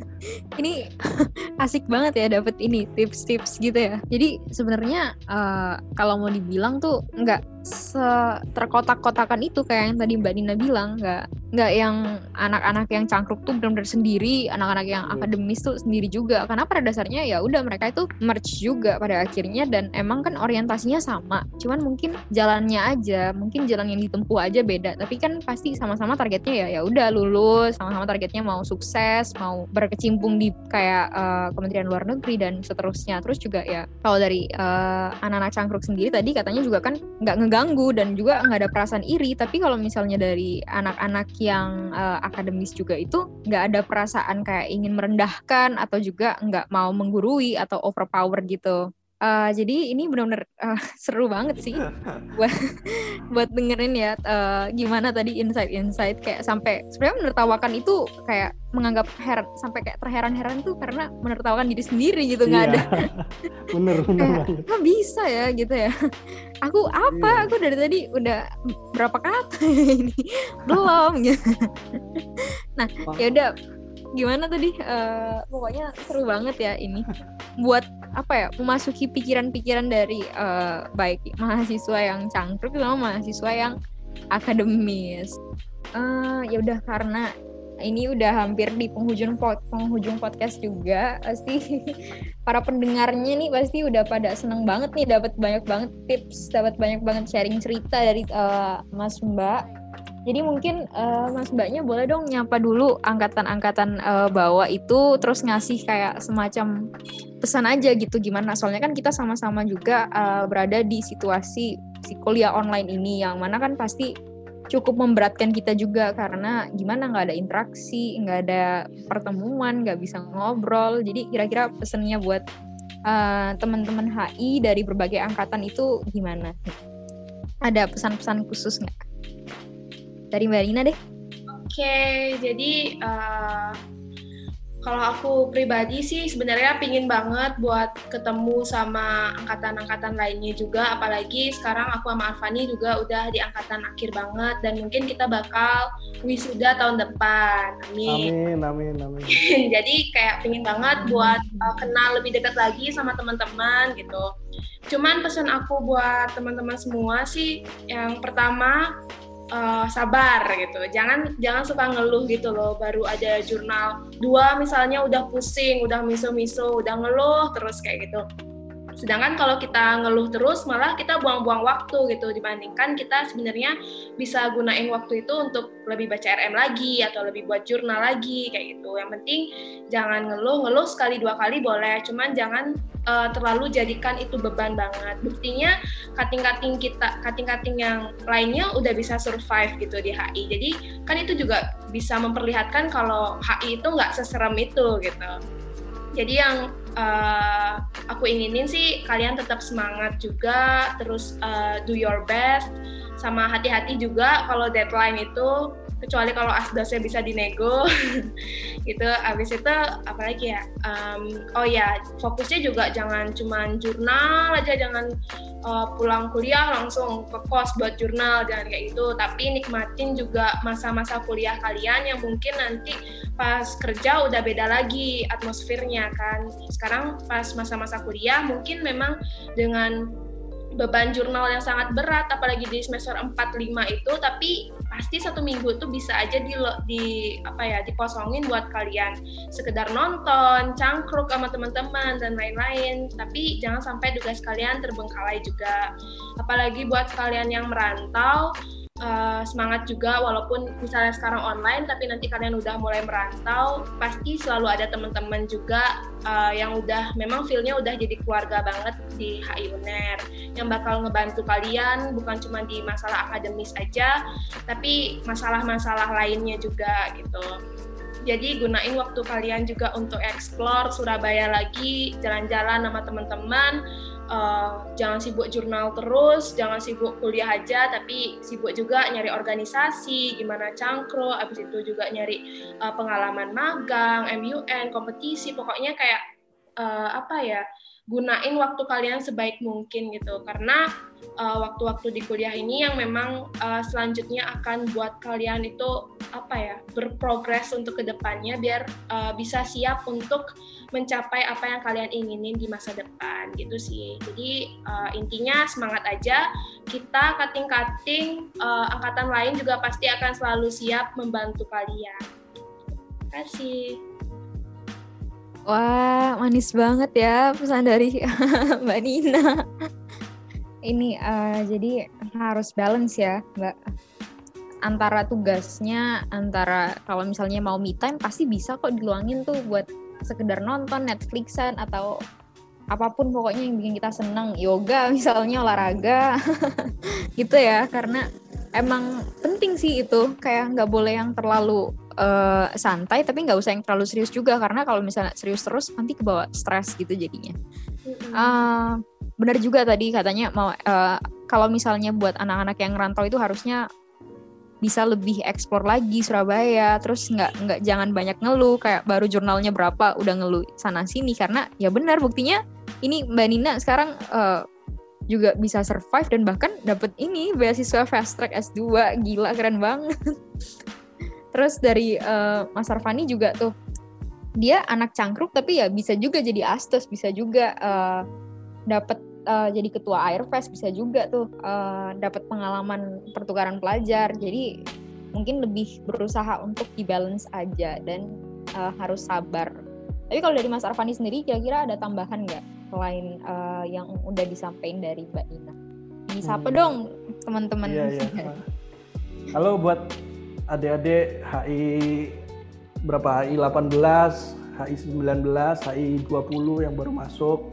Ini asik banget ya dapet ini tips-tips gitu ya. Jadi sebenarnya kalau mau dibilang tuh nggak terkotak-kotakan itu kayak yang tadi Mbak Nina bilang, nggak yang anak-anak yang cangkruk tuh benar-benar sendiri, anak-anak yang akademis tuh sendiri juga. Karena pada dasarnya ya udah mereka itu merge juga pada akhirnya, dan emang kan orientasinya sama. Cuman mungkin jalannya aja, mungkin jalan yang ditempuh aja beda. Tapi kan pasti sama-sama targetnya ya udah lulus, sama-sama targetnya mau sukses, mau berkecimpung di kayak Kementerian Luar Negeri dan seterusnya. Terus juga ya kalau dari anak-anak cangkruk sendiri tadi katanya juga kan nggak ngeganggu dan juga nggak ada perasaan iri. Tapi kalau misalnya dari anak-anak yang akademis juga itu nggak ada perasaan kayak ingin merendahkan atau juga nggak mau menggurui atau overpower gitu. Jadi ini benar-benar seru banget sih buat dengerin ya, gimana tadi insight kayak sampai sebenarnya menertawakan itu kayak menganggap heran, sampai kayak terheran-heran tuh karena menertawakan diri sendiri gitu, nggak ada bener banget. Kok bisa ya gitu ya, aku dari tadi udah berapa kata ini belum gitu. Nah ya udah, gimana tadi pokoknya seru banget ya ini buat apa ya, memasuki pikiran-pikiran dari baik mahasiswa yang cangkruk sama mahasiswa yang akademis. Ya udah, karena ini udah hampir di penghujung podcast juga, pasti para pendengarnya nih pasti udah pada seneng banget nih, dapat banyak banget tips, dapat banyak banget sharing cerita dari Mas Mbak. Jadi mungkin Mas Mbaknya boleh dong nyapa dulu angkatan-angkatan bawah itu, terus ngasih kayak semacam pesan aja gitu gimana. Soalnya kan kita sama-sama juga berada di situasi kuliah online ini, yang mana kan pasti cukup memberatkan kita juga, karena gimana nggak ada interaksi, nggak ada pertemuan, nggak bisa ngobrol. Jadi kira-kira pesannya buat teman-teman HI dari berbagai angkatan itu gimana? Ada pesan-pesan khusus nggak? Dari Mbak Nina deh. Oke, jadi kalau aku pribadi sih sebenarnya pingin banget buat ketemu sama angkatan-angkatan lainnya juga, apalagi sekarang aku sama Arfani juga udah di angkatan akhir banget, dan mungkin kita bakal wisuda tahun depan. Amin. Jadi kayak pingin banget buat kenal lebih dekat lagi sama teman-teman gitu. Cuman pesan aku buat teman-teman semua sih, yang pertama, sabar gitu, jangan suka ngeluh gitu loh, baru ada jurnal 2 misalnya udah pusing, udah miso-miso, udah ngeluh terus kayak gitu. Sedangkan kalau kita ngeluh terus malah kita buang-buang waktu gitu, dibandingkan kita sebenarnya bisa gunain waktu itu untuk lebih baca RM lagi atau lebih buat jurnal lagi kayak gitu. Yang penting jangan ngeluh sekali 2 kali boleh, cuman jangan terlalu jadikan itu beban banget. Buktinya kating-kating yang lainnya udah bisa survive gitu di HI. Jadi kan itu juga bisa memperlihatkan kalau HI itu nggak seserem itu gitu. Jadi yang aku inginin sih kalian tetap semangat juga, terus do your best, sama hati-hati juga kalau deadline itu, kecuali kalau asdasnya bisa dinego. Gitu. Habis itu apalagi ya, oh ya, fokusnya juga jangan cuman jurnal aja, jangan pulang kuliah langsung ke kos buat jurnal, jangan kayak gitu, tapi nikmatin juga masa-masa kuliah kalian yang mungkin nanti pas kerja udah beda lagi atmosfernya kan. Sekarang pas masa-masa kuliah mungkin memang dengan beban jurnal yang sangat berat, apalagi di semester 4-5 itu, tapi pasti 1 minggu tuh bisa aja dikosongin buat kalian sekedar nonton, cangkruk sama teman-teman dan lain-lain. Tapi jangan sampai tugas kalian terbengkalai juga. Apalagi buat kalian yang merantau, semangat juga, walaupun misalnya sekarang online tapi nanti kalian udah mulai merantau, pasti selalu ada teman-teman juga yang udah memang feel-nya udah jadi keluarga banget di HI UNER, yang bakal ngebantu kalian bukan cuma di masalah akademis aja tapi masalah-masalah lainnya juga gitu. Jadi gunain waktu kalian juga untuk explore Surabaya lagi, jalan-jalan sama teman-teman. Jangan sibuk jurnal terus, jangan sibuk kuliah aja, tapi sibuk juga nyari organisasi, gimana cangkro, abis itu juga nyari pengalaman magang, MUN, kompetisi, pokoknya kayak gunain waktu kalian sebaik mungkin gitu, karena waktu-waktu di kuliah ini yang memang selanjutnya akan buat kalian itu berprogres untuk kedepannya, biar bisa siap untuk mencapai apa yang kalian inginin di masa depan gitu sih. Jadi intinya semangat aja, kita kating-kating angkatan lain juga pasti akan selalu siap membantu kalian. Terima kasih. Wah, manis banget ya pesan dari Mbak Nina. Ini jadi harus balance ya, Mbak. Antara tugasnya, antara kalau misalnya mau me time pasti bisa kok diluangin tuh buat sekedar nonton Netflixan atau apapun pokoknya yang bikin kita seneng, yoga misalnya, olahraga gitu ya, karena emang penting sih itu, kayak nggak boleh yang terlalu santai tapi nggak usah yang terlalu serius juga, karena kalau misalnya serius terus nanti kebawa stres gitu jadinya. Benar juga tadi katanya mau kalau misalnya buat anak-anak yang ngerantau itu harusnya bisa lebih eksplor lagi Surabaya, terus nggak jangan banyak ngeluh kayak baru jurnalnya berapa udah ngeluh sana sini, karena ya benar buktinya ini Mbak Nina sekarang juga bisa survive dan bahkan dapet ini beasiswa fast track S2, gila keren banget. Terus dari Mas Arfani juga tuh, dia anak cangkruk tapi ya bisa juga jadi astos, bisa juga dapet jadi ketua Airfest, bisa juga tuh dapat pengalaman pertukaran pelajar. Jadi mungkin lebih berusaha untuk dibalance aja dan harus sabar. Tapi kalau dari Mas Arfani sendiri kira-kira ada tambahan nggak selain yang udah disampaikan dari Mbak Nina? Disapa dong teman-teman. Iya. Halo buat adik-adik HI berapa? HI 18, HI 19, HI 20 yang baru masuk.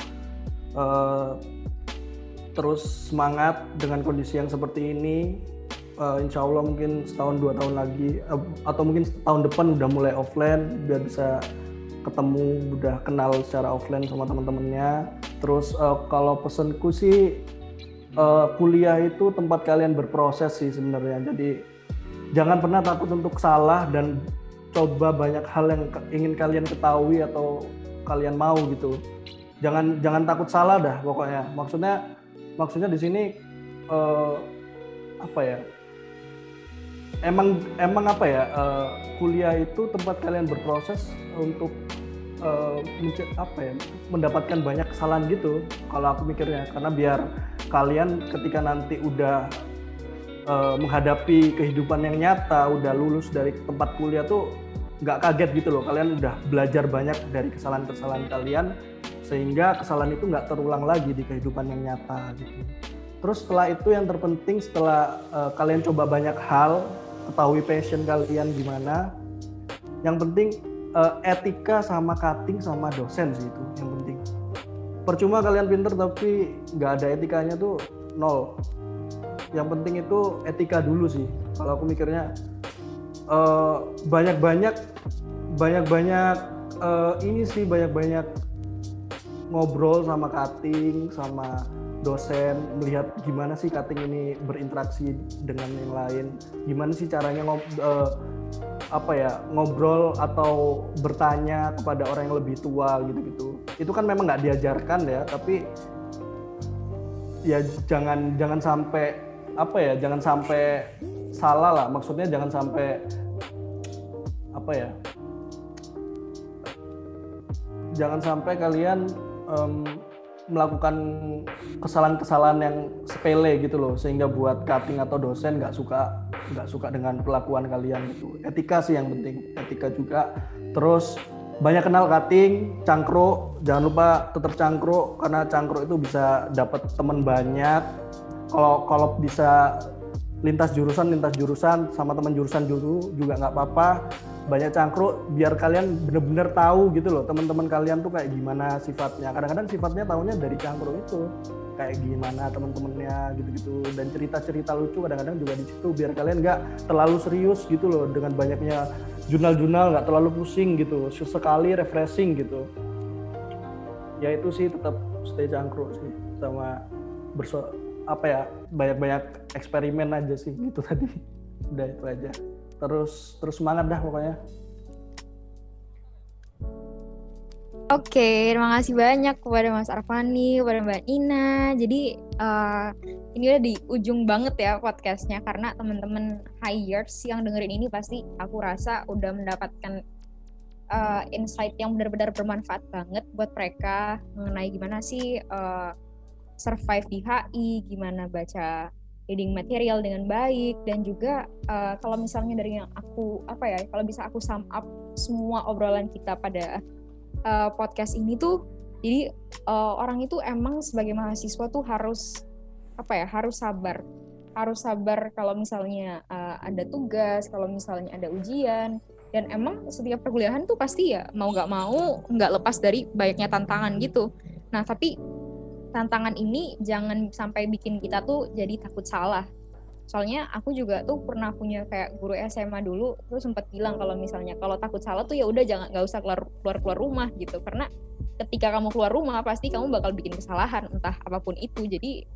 Terus semangat dengan kondisi yang seperti ini. Insya Allah mungkin setahun 2 tahun lagi atau mungkin tahun depan udah mulai offline biar bisa ketemu, udah kenal secara offline sama teman-temannya. Terus kalau pesanku sih kuliah itu tempat kalian berproses sih sebenarnya. Jadi jangan pernah takut untuk salah dan coba banyak hal yang ingin kalian ketahui atau kalian mau gitu. Jangan takut salah dah pokoknya. Maksudnya di sini kuliah itu tempat kalian berproses untuk mendapatkan banyak kesalahan gitu kalau aku mikirnya, karena biar kalian ketika nanti udah menghadapi kehidupan yang nyata, udah lulus dari tempat kuliah tuh nggak kaget gitu loh, kalian udah belajar banyak dari kesalahan-kesalahan kalian sehingga kesalahan itu nggak terulang lagi di kehidupan yang nyata gitu. Terus setelah itu yang terpenting setelah kalian coba banyak hal, ketahui passion kalian gimana, yang penting etika sama cutting sama dosen sih itu yang penting. Percuma kalian pinter tapi nggak ada etikanya tuh nol. Yang penting itu etika dulu sih kalau aku mikirnya. Banyak-banyak ngobrol sama cutting, sama dosen, melihat gimana sih cutting ini berinteraksi dengan yang lain, gimana sih caranya ngobrol atau bertanya kepada orang yang lebih tua gitu-gitu. Itu kan memang nggak diajarkan ya, tapi ya jangan sampai jangan sampai salah lah, maksudnya jangan sampai jangan sampai kalian melakukan kesalahan-kesalahan yang sepele gitu loh, sehingga buat cutting atau dosen nggak suka dengan perlakuan kalian gitu. Etika sih yang penting, etika juga. Terus banyak kenal cutting, cangkruk, jangan lupa tetap cangkruk, karena cangkruk itu bisa dapat teman banyak. Kalau bisa lintas jurusan sama teman jurusan dulu juga nggak apa-apa. Banyak cangkruk biar kalian bener-bener tahu gitu loh, teman-teman kalian tuh kayak gimana sifatnya. Kadang-kadang sifatnya tahunya dari cangkruk itu kayak gimana teman-temannya gitu-gitu, dan cerita-cerita lucu kadang-kadang juga di situ, biar kalian nggak terlalu serius gitu loh dengan banyaknya jurnal-jurnal, nggak terlalu pusing gitu, sesekali refreshing gitu. Ya itu sih, tetap stay cangkruk sih, sama banyak-banyak eksperimen aja sih gitu tadi. Udah itu aja. Terus semangat dah pokoknya. Oke, terima kasih banyak kepada Mas Arfani, kepada Mbak Ina. Jadi ini udah di ujung banget ya podcastnya, karena teman-teman hires yang dengerin ini pasti aku rasa udah mendapatkan insight yang benar-benar bermanfaat banget buat mereka mengenai gimana sih survive di HI, gimana baca reading material dengan baik, dan juga kalau misalnya dari yang aku kalau bisa aku sum up semua obrolan kita pada podcast ini tuh, jadi orang itu emang sebagai mahasiswa tuh harus sabar kalau misalnya ada tugas, kalau misalnya ada ujian, dan emang setiap perkuliahan tuh pasti ya mau nggak lepas dari banyaknya tantangan gitu. Nah tapi tantangan ini jangan sampai bikin kita tuh jadi takut salah. Soalnya aku juga tuh pernah punya kayak guru SMA dulu tuh sempat bilang kalau misalnya kalau takut salah tuh ya udah nggak usah keluar rumah gitu, karena ketika kamu keluar rumah pasti kamu bakal bikin kesalahan entah apapun itu. Jadi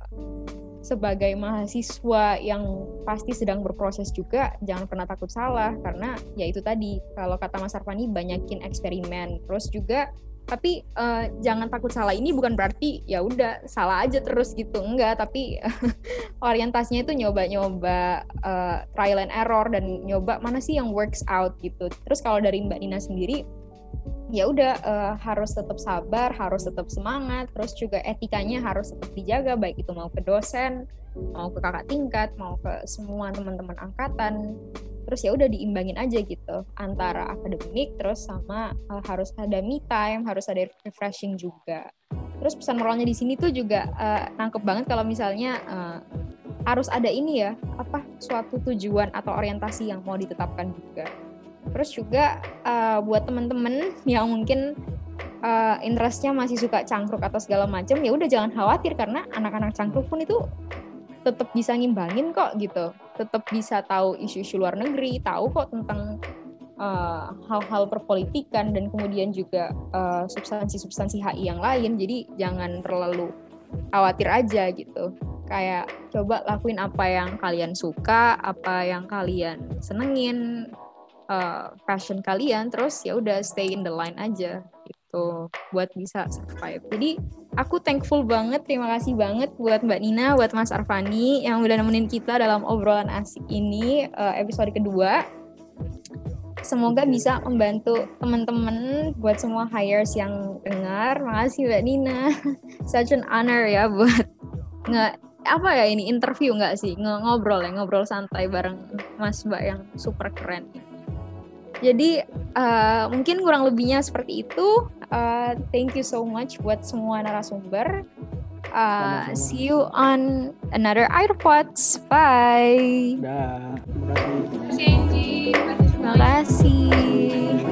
sebagai mahasiswa yang pasti sedang berproses juga jangan pernah takut salah, karena ya itu tadi kalau kata Mas Arfani banyakin eksperimen. Terus juga tapi jangan takut salah ini bukan berarti ya udah salah aja terus gitu, enggak, tapi orientasinya itu nyoba trial and error dan nyoba mana sih yang works out gitu. Terus kalau dari Mbak Nina sendiri ya udah harus tetap sabar, harus tetap semangat, terus juga etikanya harus tetap dijaga, baik itu mau ke dosen, mau ke kakak tingkat, mau ke semua teman-teman angkatan. Terus ya udah diimbangin aja gitu antara akademik terus sama harus ada me time, harus ada refreshing juga. Terus pesan moralnya di sini tuh juga nangkep banget kalau misalnya harus ada ini ya, suatu tujuan atau orientasi yang mau ditetapkan juga. Terus juga buat teman-teman yang mungkin interestnya masih suka cangkruk atau segala macam, ya udah jangan khawatir, karena anak-anak cangkruk pun itu tetap bisa ngimbangin kok gitu, tetap bisa tahu isu-isu luar negeri, tahu kok tentang hal-hal perpolitikan, dan kemudian juga substansi-substansi HI yang lain. Jadi jangan terlalu khawatir aja gitu, kayak coba lakuin apa yang kalian suka, apa yang kalian senengin, passion kalian, terus ya udah stay in the line aja gitu buat bisa survive. Jadi aku thankful banget, terima kasih banget buat Mbak Nina, buat Mas Arfani yang udah nemenin kita dalam obrolan asik ini episode kedua. Semoga bisa membantu teman-teman buat semua hires yang dengar. Makasih Mbak Nina. Such an honor ya buat ini interview nggak sih, ngobrol santai bareng Mas Mbak yang super keren. Jadi mungkin kurang lebihnya seperti itu. Thank you so much buat semua narasumber. See you on another Airpods. Bye. Dah, terima kasih. Terima kasih. Terima kasih.